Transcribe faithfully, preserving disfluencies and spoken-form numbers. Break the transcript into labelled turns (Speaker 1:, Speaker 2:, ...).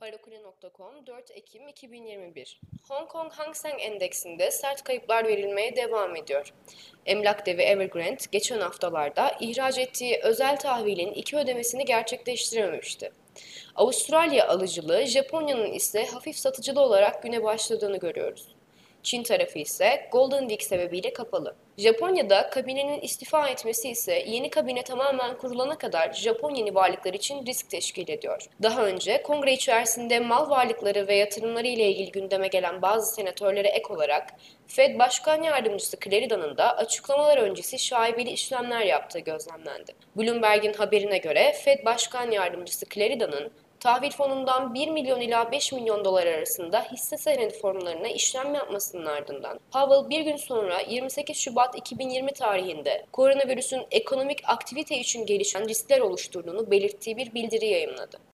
Speaker 1: Harakune nokta com dört Ekim iki bin yirmi bir. Hong Kong Hang Seng Endeksinde sert kayıplar verilmeye devam ediyor. Emlak devi Evergrande geçen haftalarda ihraç ettiği özel tahvilin iki ödemesini gerçekleştirememişti. Avustralya alıcılı, Japonya'nın ise hafif satıcılı olarak güne başladığını görüyoruz. Çin tarafı ise Golden Week sebebiyle kapalı. Japonya'da kabinenin istifa etmesi ise yeni kabine tamamen kurulana kadar Japon yeni varlıklar için risk teşkil ediyor. Daha önce kongre içerisinde mal varlıkları ve yatırımları ile ilgili gündeme gelen bazı senatörlere ek olarak Fed Başkan Yardımcısı Clarida'nın da açıklamalar öncesi şaibeli işlemler yaptığı gözlemlendi. Bloomberg'in haberine göre Fed Başkan Yardımcısı Clarida'nın tahvil fonundan bir milyon ila beş milyon dolar arasında hisse senedi formlarına işlem yapmasının ardından Powell bir gün sonra yirmi sekiz Şubat iki bin yirmi tarihinde koronavirüsün ekonomik aktivite için gelişen riskler oluşturduğunu belirttiği bir bildiri yayımladı.